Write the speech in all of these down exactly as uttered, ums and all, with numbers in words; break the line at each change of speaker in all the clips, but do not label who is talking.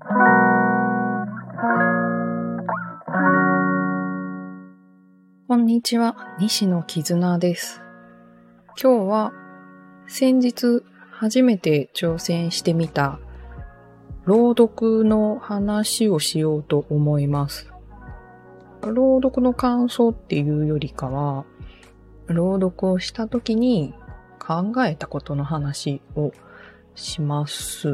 こんにちは、西野絆です。今日は先日初めて挑戦してみた朗読の話をしようと思います。朗読の感想っていうよりかは、朗読をした時に考えたことの話をします。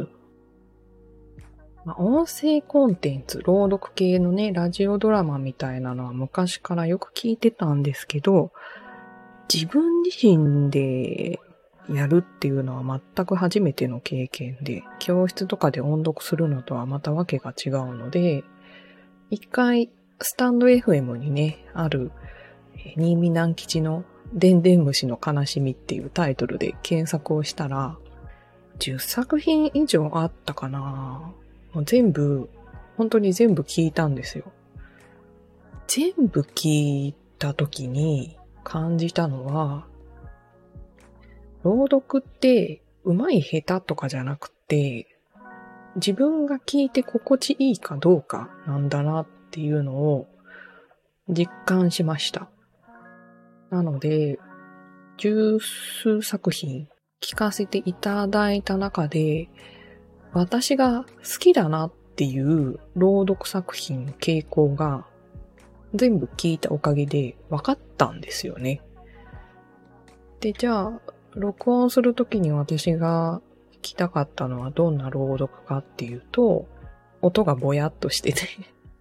まあ、音声コンテンツ、朗読系のね、ラジオドラマみたいなのは昔からよく聞いてたんですけど、自分自身でやるっていうのは全く初めての経験で、教室とかで音読するのとはまたわけが違うので、一回スタンド エフエム にね、ある新見南吉のでんでん虫の悲しみっていうタイトルで検索をしたら、じゅっさくひん以上あったかな。もう全部、本当に全部聞いたんですよ。全部聞いた時に感じたのは、朗読って上手い下手とかじゃなくて、自分が聞いて心地いいかどうかなんだなっていうのを実感しました。なので、十数作品聞かせていただいた中で、私が好きだなっていう朗読作品の傾向が全部聞いたおかげで分かったんですよね。で、じゃあ、録音するときに私が聞きたかったのはどんな朗読かっていうと、音がぼやっとしてて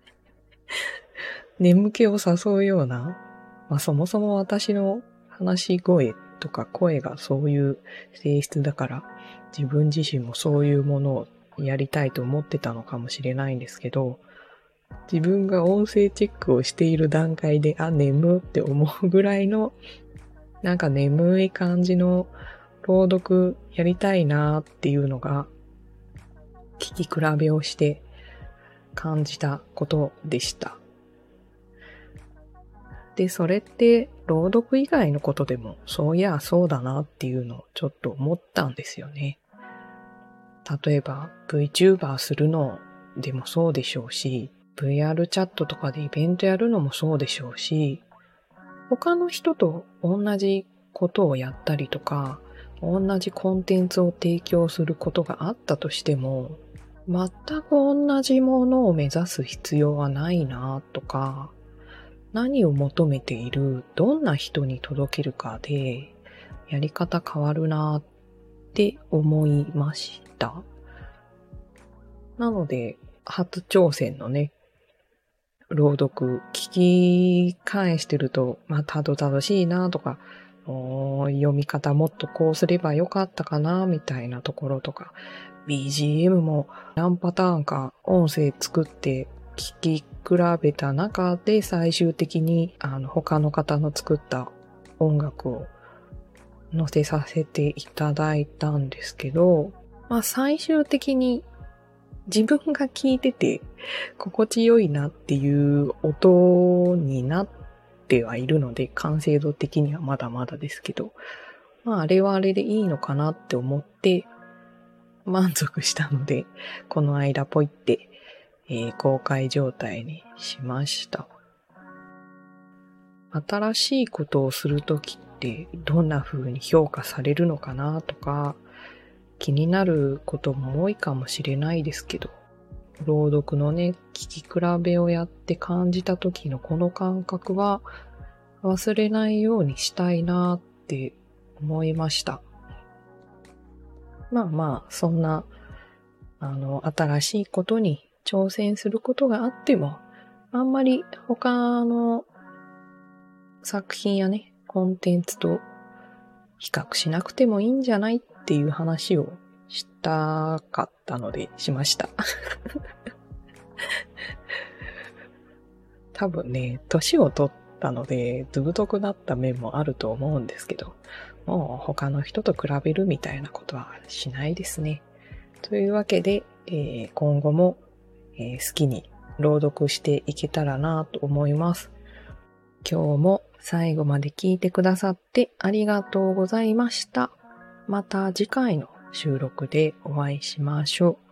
眠気を誘うような、まあそもそも私の話し声とか声がそういう性質だから、自分自身もそういうものをやりたいと思ってたのかもしれないんですけど、自分が音声チェックをしている段階で、あ、眠って思うぐらいの、なんか眠い感じの朗読やりたいなっていうのが、聞き比べをして感じたことでした。で、それって朗読以外のことでも、そういやそうだなっていうのをちょっと思ったんですよね。例えば VTuber するのでもそうでしょうし、ブイアール チャットとかでイベントやるのもそうでしょうし、他の人と同じことをやったりとか、同じコンテンツを提供することがあったとしても、全く同じものを目指す必要はないなとか、何を求めている、どんな人に届けるかで、やり方変わるなって思いました。なので、初挑戦のね、朗読、聞き返してると、まあ、たどたどしいなとか、読み方もっとこうすればよかったかな、みたいなところとか、ビージーエム も何パターンか音声作って聞き比べた中で最終的にあの他の方の作った音楽を載せさせていただいたんですけど、まあ最終的に自分が聞いてて心地よいなっていう音になってはいるので、完成度的にはまだまだですけど、まああれはあれでいいのかなって思って満足したので、この間ポイって、えー、公開状態にしました。新しいことをするときってどんな風に評価されるのかなとか、気になることも多いかもしれないですけど、朗読のね、聞き比べをやって感じた時のこの感覚は忘れないようにしたいなって思いました。まあまあ、そんな、あの、新しいことに挑戦することがあっても、あんまり他の作品やね、コンテンツと比較しなくてもいいんじゃないっていう話をしたかったのでしました。多分ね、年を取ったので、ずぶとくなった面もあると思うんですけど、もう他の人と比べるみたいなことはしないですね。というわけで、えー、今後も、えー、好きに朗読していけたらなと思います。今日も最後まで聞いてくださってありがとうございました。また次回の収録でお会いしましょう。